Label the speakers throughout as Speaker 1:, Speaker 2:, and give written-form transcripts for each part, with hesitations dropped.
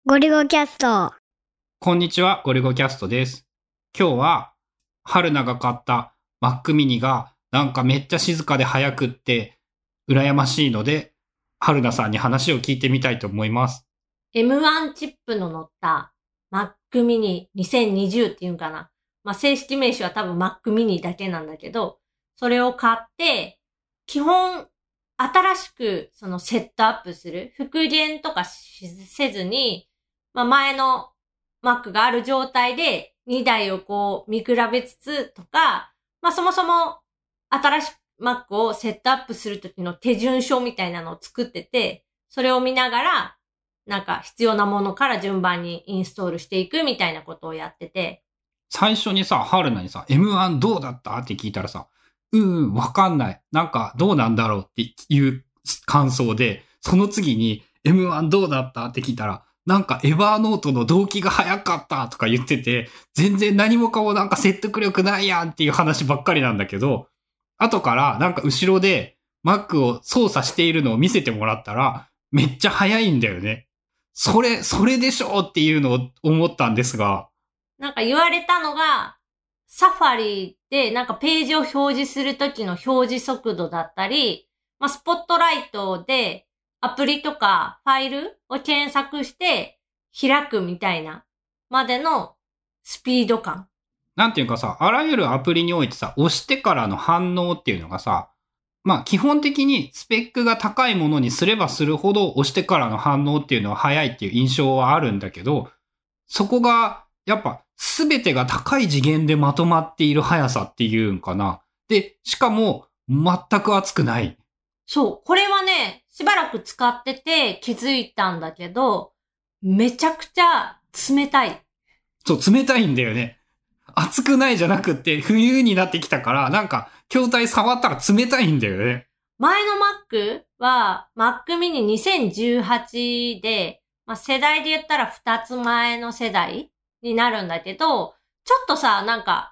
Speaker 1: ゴリゴキャスト。
Speaker 2: こんにちは、ゴリゴキャストです。今日は、春菜が買った Mac mini がなんかめっちゃ静かで速くって羨ましいので、春菜さんに話を聞いてみたいと思います。
Speaker 3: M1 チップの乗った Mac mini 2020っていうんかな。正式名称は多分 Mac mini だけなんだけど、それを買って、基本、新しくそのセットアップする。復元とかせずに、前の Mac がある状態で2台をこう見比べつつとか、そもそも新しい Mac をセットアップするときの手順書みたいなのを作ってて、それを見ながら、なんか必要なものから順番にインストールしていくみたいなことをやってて。
Speaker 2: 最初にさ、春菜にさ、M1 どうだったって聞いたらさ、わかんない。なんかどうなんだろうっていう感想で、その次に M1 どうだったって聞いたら、なんかエヴァーノートの動機が早かったとか言ってて、全然何もかもなんか説得力ないやんっていう話ばっかりなんだけど、後からなんか後ろで Mac を操作しているのを見せてもらったら、めっちゃ早いんだよね。それでしょっていうのを思ったんですが。
Speaker 3: なんか言われたのが、サファリでなんかページを表示するときの表示速度だったり、スポットライトでアプリとかファイルを検索して開くみたいなまでのスピード感。
Speaker 2: なんていうかさ、あらゆるアプリにおいてさ、押してからの反応っていうのがさ、基本的にスペックが高いものにすればするほど押してからの反応っていうのは早いっていう印象はあるんだけど、そこがやっぱ全てが高い次元でまとまっている速さっていうんかな。で、しかも全く熱くない。
Speaker 3: そう、これはね、しばらく使ってて気づいたんだけど、めちゃくちゃ冷たい。
Speaker 2: そう、冷たいんだよね。熱くないじゃなくって冬になってきたから、なんか筐体触ったら冷たいんだよね。
Speaker 3: 前の Mac は Mac mini 2018で、世代で言ったら2つ前の世代になるんだけど、ちょっとさ、なんか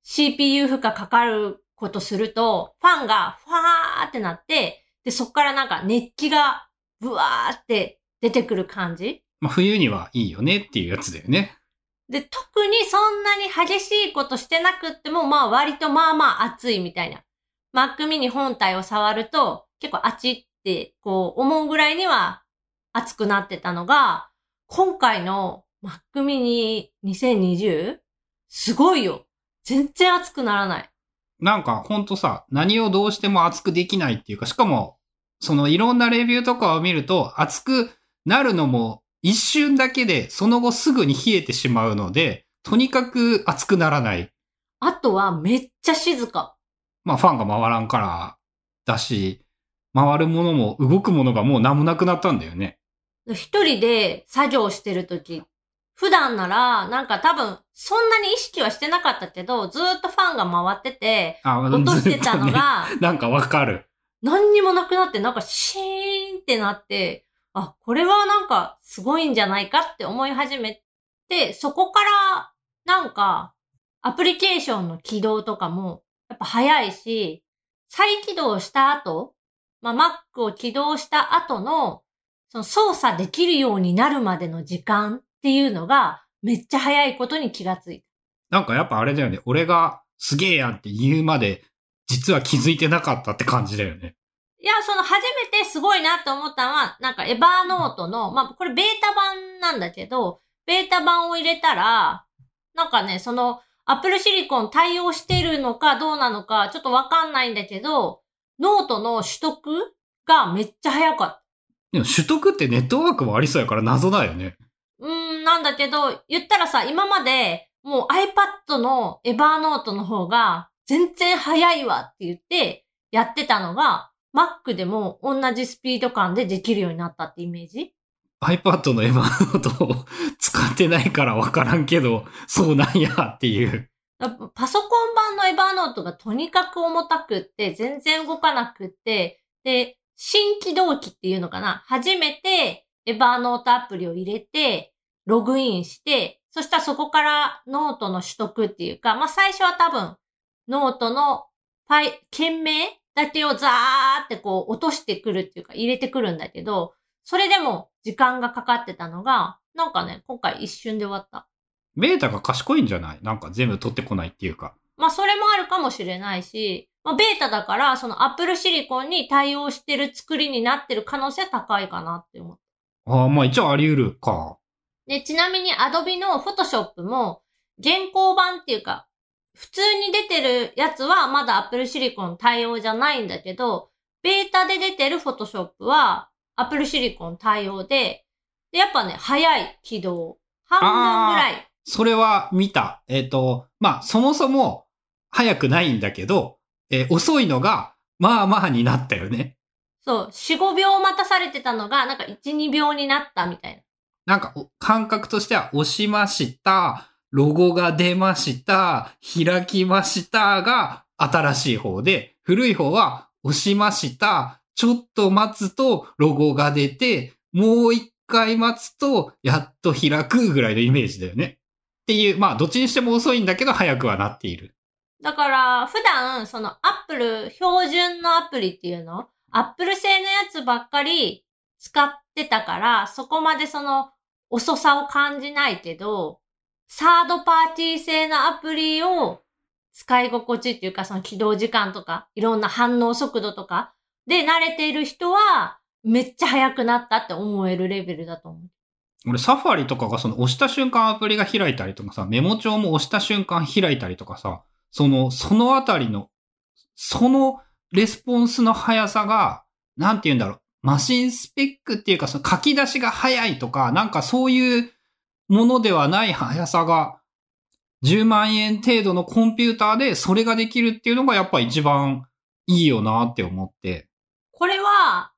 Speaker 3: CPU 負荷かかることすると、ファンがファーってなって、で、そっからなんか熱気がブワーって出てくる感じ。
Speaker 2: 冬にはいいよねっていうやつだよね。
Speaker 3: で、特にそんなに激しいことしてなくっても、割と熱いみたいな。Mac mini 本体を触ると、結構あちってこう思うぐらいには熱くなってたのが、今回の Mac mini 2020? すごいよ。全然熱くならない。
Speaker 2: なんかほんとさ、何をどうしても熱くできないっていうか、しかも、そのいろんなレビューとかを見ると、熱くなるのも一瞬だけで、その後すぐに冷えてしまうので、とにかく熱くならない。
Speaker 3: あとはめっちゃ静か。
Speaker 2: ファンが回らんからだし、回るものも動くものがもう何もなくなったんだよね。
Speaker 3: 一人で作業してるとき、普段なら、なんか多分、そんなに意識はしてなかったけど、ずーっとファンが回ってて、落としてたのが、
Speaker 2: ね、なんかわかる。
Speaker 3: 何にもなくなって、なんかシーンってなって、これはなんかすごいんじゃないかって思い始めて、そこから、なんか、アプリケーションの起動とかも、やっぱ早いし、再起動した後、Mac を起動した後の、その操作できるようになるまでの時間っていうのがめっちゃ早いことに気がついた。
Speaker 2: なんかやっぱあれだよね。俺がすげえやんって言うまで実は気づいてなかったって感じだよね。
Speaker 3: いや、その初めてすごいなって思ったのは、なんかエヴァーノートの、これベータ版なんだけど、ベータ版を入れたら、なんかね、そのApple Silicon 対応してるのかどうなのかちょっとわかんないんだけど、ノートの取得がめっちゃ早かった。
Speaker 2: でも取得ってネットワークもありそうやから謎だよね。
Speaker 3: なんだけど、言ったらさ、今までもう iPad のエヴァーノートの方が全然早いわって言ってやってたのが、Mac でも同じスピード感でできるようになったってイメージ？
Speaker 2: iPad のエヴァーノートを使ってないからわからんけど、そうなんやっていう。
Speaker 3: パソコン版のエヴァーノートがとにかく重たくって全然動かなくって、で、新起動機っていうのかな。初めてエヴァーノートアプリを入れて、ログインして、そしたらそこからノートの取得っていうか、最初は多分、ノートの件名だけをザーってこう落としてくるっていうか入れてくるんだけど、それでも時間がかかってたのが、 なんかね、今回一瞬で終わった。
Speaker 2: ベータが賢いんじゃない？なんか全部取ってこないっていうか。
Speaker 3: まあそれもあるかもしれないし、まあベータだから、その Apple Silicon に対応してる作りになってる可能性は高いかなって思う。
Speaker 2: ああ、まあ一応あり得るか。
Speaker 3: で、ちなみに Adobe の Photoshop も、現行版っていうか、普通に出てるやつはまだ Apple Silicon 対応じゃないんだけど、ベータで出てる Photoshop は Apple Silicon 対応で、で、やっぱね、早い起動。半分ぐらい。
Speaker 2: それは見た。まあそもそも早くないんだけど、遅いのが、まあまあになったよね。
Speaker 3: そう、4、5秒待たされてたのが、なんか1、2秒になったみたいな。
Speaker 2: なんか感覚としては押しました、ロゴが出ました、開きましたが新しい方で、古い方は押しました、ちょっと待つとロゴが出て、もう一回待つとやっと開くぐらいのイメージだよね。っていう、まあどっちにしても遅いんだけど早くはなっている。
Speaker 3: だから、普段、その Apple 標準のアプリっていうの Apple 製のやつばっかり使ってたから、そこまでその遅さを感じないけど、サードパーティー製のアプリを使い心地っていうか、その起動時間とか、いろんな反応速度とかで慣れている人は、めっちゃ速くなったって思えるレベルだと思う。
Speaker 2: 俺サファリとかがその押した瞬間アプリが開いたりとかさ、メモ帳も押した瞬間開いたりとかさ、そのあたりの、そのレスポンスの速さが、なんて言うんだろう、マシンスペックっていうか、その書き出しが速いとか、なんかそういうものではない速さが、10万円程度のコンピューターでそれができるっていうのがやっぱ一番いいよなって思って。
Speaker 3: これは、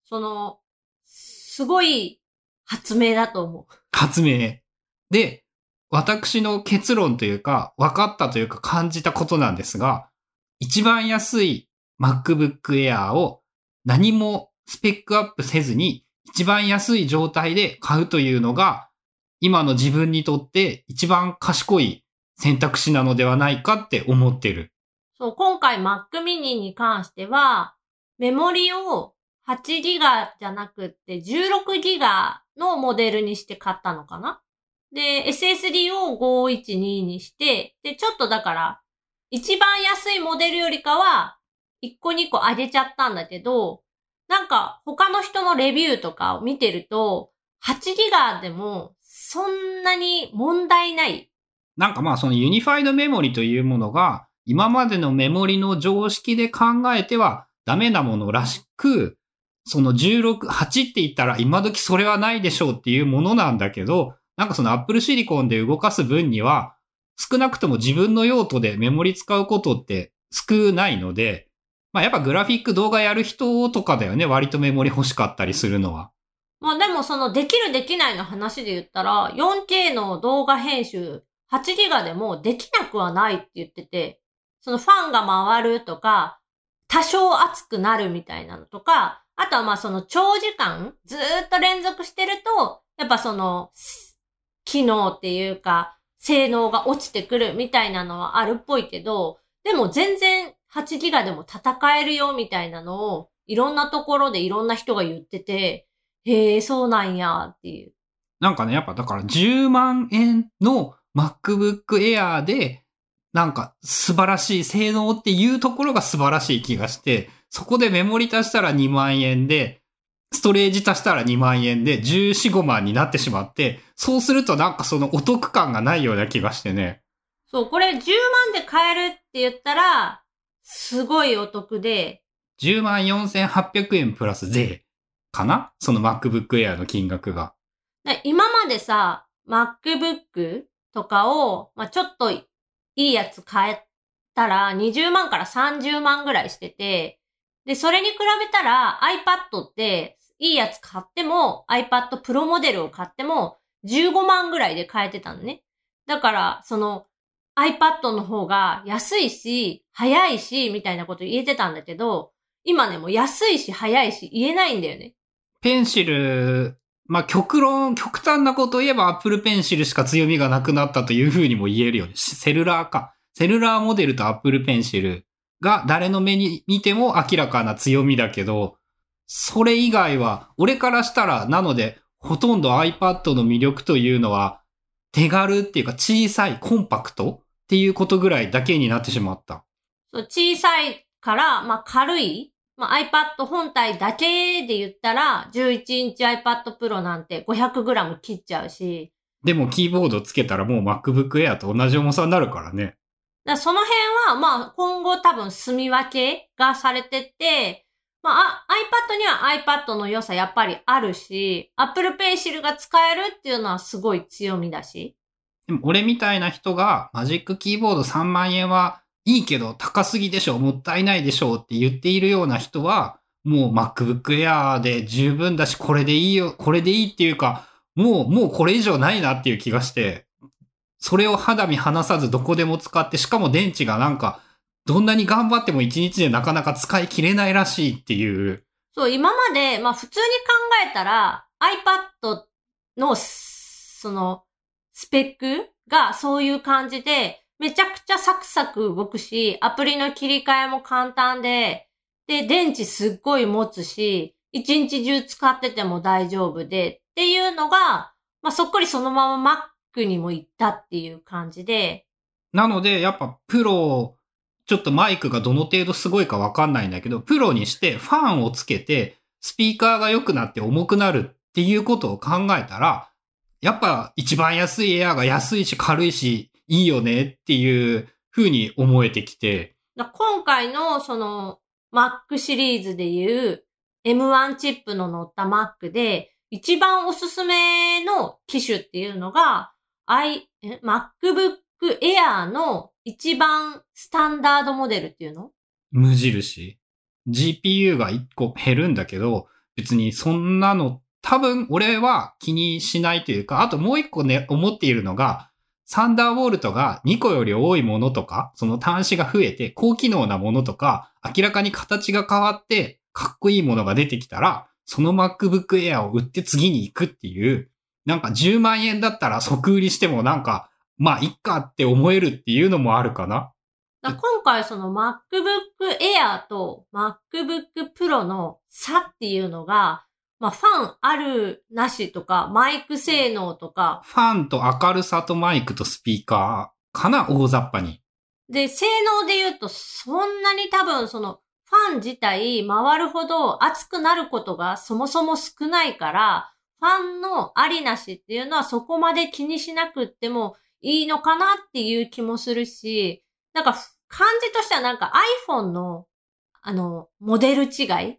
Speaker 3: すごい発明だと思う。
Speaker 2: 発明。で、私の結論というか、分かったというか感じたことなんですが、一番安い MacBook Air を何もスペックアップせずに一番安い状態で買うというのが今の自分にとって一番賢い選択肢なのではないかって思ってる。
Speaker 3: そう、今回 Mac mini に関しては、メモリを8ギガじゃなくって16ギガのモデルにして買ったのかな。で、SSD を512にして、で、ちょっとだから、一番安いモデルよりかは、1個2個上げちゃったんだけど、なんか他の人のレビューとかを見てると、8ギガでもそんなに問題ない。
Speaker 2: なんかまあそのユニファイドメモリというものが今までのメモリの常識で考えてはダメなものらしく、その16、8って言ったら今時それはないでしょうっていうものなんだけど、なんかその Apple Silicon で動かす分には少なくとも自分の用途でメモリ使うことって少ないので、まあやっぱグラフィック動画やる人とかだよね、割とメモリ欲しかったりするのは。
Speaker 3: まあでもそのできるできないの話で言ったら、4K の動画編集8ギガでもできなくはないって言ってて、そのファンが回るとか、多少熱くなるみたいなのとか、あとはまあその長時間ずーっと連続してると、やっぱその機能っていうか、性能が落ちてくるみたいなのはあるっぽいけど、でも全然8ギガでも戦えるよみたいなのをいろんなところでいろんな人が言ってて、へえ、そうなんやっていう。
Speaker 2: なんかね、やっぱだから10万円の MacBook Air で、なんか素晴らしい性能っていうところが素晴らしい気がして、そこでメモリ足したら2万円で、ストレージ足したら2万円で14、5万になってしまって、そうするとなんかそのお得感がないような気がしてね。
Speaker 3: そう、これ10万で買えるって言ったら、すごいお得で。
Speaker 2: 10万4800円プラス税かな？その MacBook Air の金額が。
Speaker 3: 今までさ、MacBook とかを、まあ、ちょっといいやつ買えたら20万から30万ぐらいしてて、で、それに比べたら iPad っていいやつ買っても iPad Pro モデルを買っても15万ぐらいで買えてたのね。だから、その iPad の方が安いし、早いし、みたいなこと言えてたんだけど、今ね、もう安いし早いし言えないんだよね。
Speaker 2: ペンシル、まあ、極端なことを言えば Apple Pencil しか強みがなくなったというふうにも言えるよね。セルラーか。セルラーモデルと Apple Pencil が誰の目に見ても明らかな強みだけど、それ以外は、俺からしたら、なので、 ほとんど iPad の魅力というのは、手軽っていうか小さい、コンパクトっていうことぐらいだけになってしまった。
Speaker 3: そう小さいから、まあ軽い。まあ iPad 本体だけで言ったら、11インチ iPad Pro なんて 500g 切っちゃうし、
Speaker 2: でもキーボードつけたらもう MacBook Air と同じ重さになるからね。
Speaker 3: その辺は、まあ今後多分住み分けがされてて、まあ、iPad には iPad の良さやっぱりあるし、Apple Pencil が使えるっていうのはすごい強みだし。
Speaker 2: でも俺みたいな人がマジックキーボード3万円はいいけど高すぎでしょ、もったいないでしょって言っているような人は、もう MacBook Air で十分だし、これでいいよ、これでいいっていうか、もうこれ以上ないなっていう気がして、それを肌身離さずどこでも使って、しかも電池がなんか、どんなに頑張っても1日でなかなか使い切れないらしいっていう。
Speaker 3: そう、今まで、まあ普通に考えたら iPad の、その、スペックがそういう感じで、めちゃくちゃサクサク動くし、アプリの切り替えも簡単で、で、電池すっごい持つし、一日中使ってても大丈夫で、っていうのが、まあそっくりそのまま Mac にも行ったっていう感じで、
Speaker 2: なので、やっぱプロ、ちょっとマイクがどの程度すごいかわかんないんだけど、プロにしてファンをつけて、スピーカーが良くなって重くなるっていうことを考えたら、やっぱ一番安いエアーが安いし軽いしいいよねっていう風に思えてきて、
Speaker 3: 今回のその Mac シリーズでいう M1 チップの乗った Mac で一番おすすめの機種っていうのがMacBook Air の一番スタンダードモデルっていうの。
Speaker 2: 無印。GPU が1個減るんだけど、別にそんなの多分俺は気にしないというか、あともう1個ね、思っているのが、サンダーボルトが2個より多いものとか、その端子が増えて高機能なものとか、明らかに形が変わってかっこいいものが出てきたら、その MacBook Air を売って次に行くっていう、なんか10万円だったら即売りしてもなんか、まあ、いっかって思えるっていうのもあるかな。
Speaker 3: 今回その MacBook Air と MacBook Pro の差っていうのが、まあファンあるなしとか、マイク性能とか、
Speaker 2: ファンと明るさとマイクとスピーカーかな、大雑把に。
Speaker 3: で、性能で言うとそんなに多分そのファン自体回るほど熱くなることがそもそも少ないから、ファンのありなしっていうのはそこまで気にしなくってもいいのかなっていう気もするし、なんか感じとしてはなんか iPhone のモデル違い。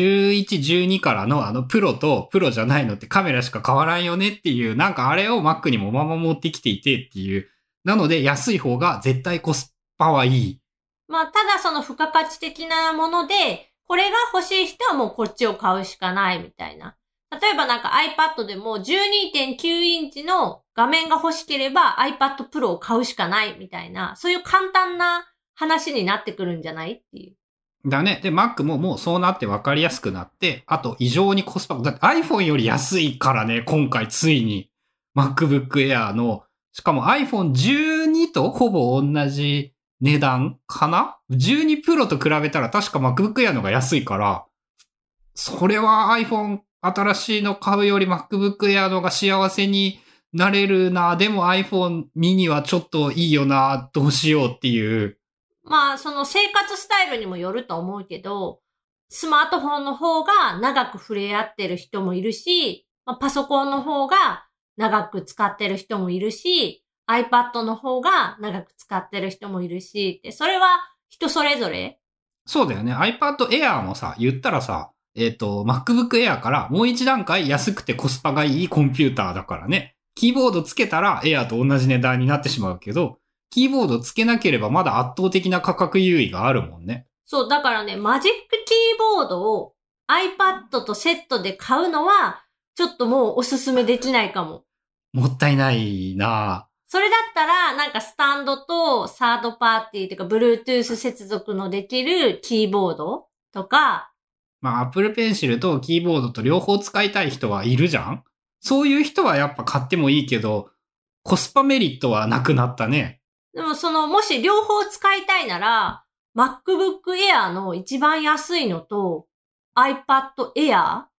Speaker 2: 11、12からのプロとプロじゃないのってカメラしか変わらんよねっていう、なんかあれを Mac にもまま持ってきていてっていう。なので安い方が絶対コスパはいい。
Speaker 3: まあ、ただその付加価値的なもので、これが欲しい人はもうこっちを買うしかないみたいな。例えばなんか iPad でも 12.9 インチの画面が欲しければ iPad Pro を買うしかないみたいな、そういう簡単な話になってくるんじゃないっていう。
Speaker 2: だね。で、Mac ももうそうなって分かりやすくなって、あと異常にコスパ、だって iPhone より安いからね、今回ついに MacBook Air の、しかも iPhone 12とほぼ同じ値段かな ?12 Pro と比べたら確か MacBook Air の方が安いから、それは iPhone 新しいの買うより MacBook Air の方が幸せになれるな。でも iPhone mini はちょっといいよな。どうしようっていう。
Speaker 3: まあ、その生活スタイルにもよると思うけど、スマートフォンの方が長く触れ合ってる人もいるし、まあ、パソコンの方が長く使ってる人もいるし、iPad の方が長く使ってる人もいるし、でそれは人それぞれ。
Speaker 2: そうだよね。iPad Air もさ、言ったらさ、MacBook Air からもう一段階安くてコスパがいいコンピューターだからね。キーボードつけたら Air と同じ値段になってしまうけど、キーボードつけなければまだ圧倒的な価格優位があるもんね。
Speaker 3: そう、だからね、マジックキーボードを iPad とセットで買うのは、ちょっともうおすすめできないかも。
Speaker 2: もったいないなぁ。
Speaker 3: それだったら、なんかスタンドとサードパーティーとか Bluetooth 接続のできるキーボードとか、
Speaker 2: まあ Apple Pencil とキーボードと両方使いたい人はいるじゃん？そういう人はやっぱ買ってもいいけど、コスパメリットはなくなったね。
Speaker 3: でももし両方使いたいなら、MacBook Air の一番安いのと iPad Air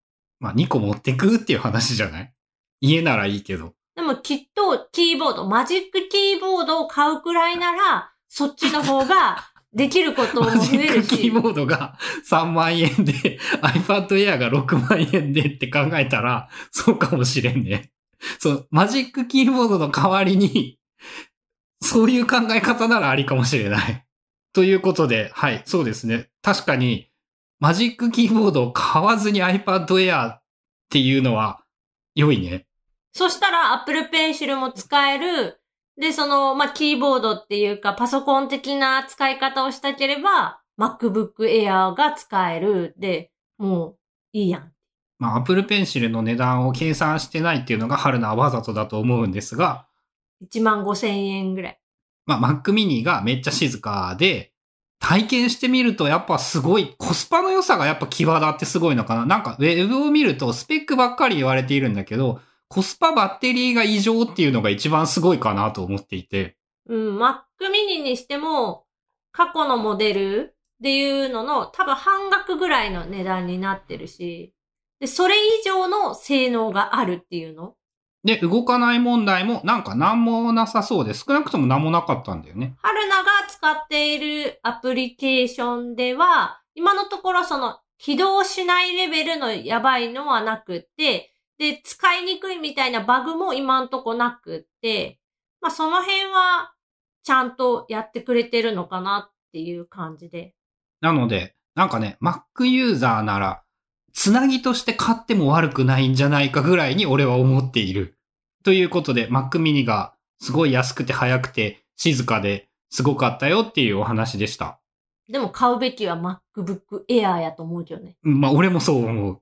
Speaker 2: まあ2個持ってくっていう話じゃない？家ならいいけど。
Speaker 3: でもきっとキーボード、マジックキーボードを買うくらいなら、そっちの方ができることも
Speaker 2: マジ
Speaker 3: 増えるし。
Speaker 2: ックキーボードが3万円で iPad Air が6万円でって考えたら、そうかもしれんね。そう、マジックキーボードの代わりに、そういう考え方ならありかもしれない。ということで、はい、そうですね。確かに、マジックキーボードを買わずに iPad Air っていうのは良いね。
Speaker 3: そしたら Apple Pencil も使える。で、キーボードっていうかパソコン的な使い方をしたければ MacBook Air が使える。で、もういいやん。
Speaker 2: まあ、Apple Pencil の値段を計算してないっていうのが春菜はわざとだと思うんですが、
Speaker 3: 15,000円ぐらい。
Speaker 2: まあ、Mac mini がめっちゃ静かで、体験してみるとやっぱすごい、コスパの良さがやっぱ際立ってすごいのかな。なんかウェブを見るとスペックばっかり言われているんだけど、コスパバッテリーが異常っていうのが一番すごいかなと思っていて。
Speaker 3: Mac mini にしても、過去のモデルっていうのの多分半額ぐらいの値段になってるし、で、それ以上の性能があるっていうの。
Speaker 2: で、動かない問題もなんか何もなさそうで、少なくとも何もなかったんだよね。
Speaker 3: 春菜が使っているアプリケーションでは、今のところ起動しないレベルのやばいのはなくって、で、使いにくいみたいなバグも今のところなくって、まあその辺はちゃんとやってくれてるのかなっていう感じで。
Speaker 2: なので、なんかね、Mac ユーザーなら、つなぎとして買っても悪くないんじゃないかぐらいに俺は思っている。ということで、Mac mini がすごい安くて早くて静かですごかったよっていうお話でした。
Speaker 3: でも買うべきは MacBook Air やと思うけどね。
Speaker 2: まあ俺もそう思う。